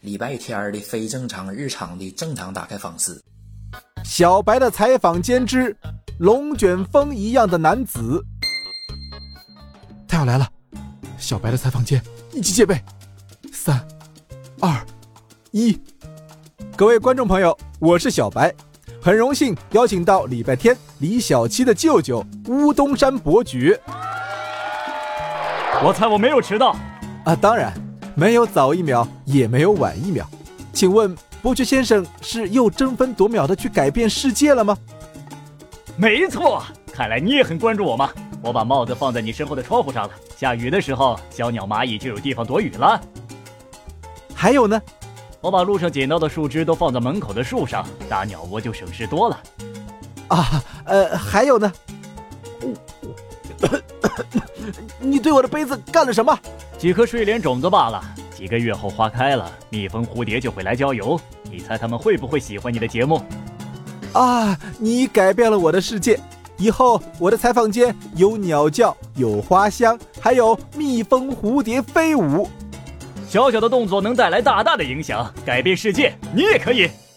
礼拜天的非正常日常的正常打开方式。 小白的采访间之龙卷风一样的男子。他要来了，小白的采访间一起戒备。3、2、1。各位观众朋友，我是小白，很荣幸邀请到礼拜天李小七的舅舅乌东山伯爵。 我猜我没有迟到啊，当然没有早1秒，也没有晚1秒。请问伯爵先生是又争分夺秒的去改变世界了吗？ 没错，看来你也很关注我嘛。我把帽子放在你身后的窗户上了，下雨的时候小鸟蚂蚁就有地方躲雨了。 还有呢？ 我把路上捡到的树枝都放在门口的树上，打鸟窝就省事多了。 啊，还有呢？你对我的杯子干了什么？ 几颗睡莲种子罢了，几个月后花开了，蜜蜂蝴蝶就会来郊游，你猜他们会不会喜欢你的节目？ 啊，你改变了我的世界，以后我的采访间有鸟叫，有花香，还有蜜蜂蝴蝶飞舞。 小小的动作能带来大大的影响，改变世界，你也可以。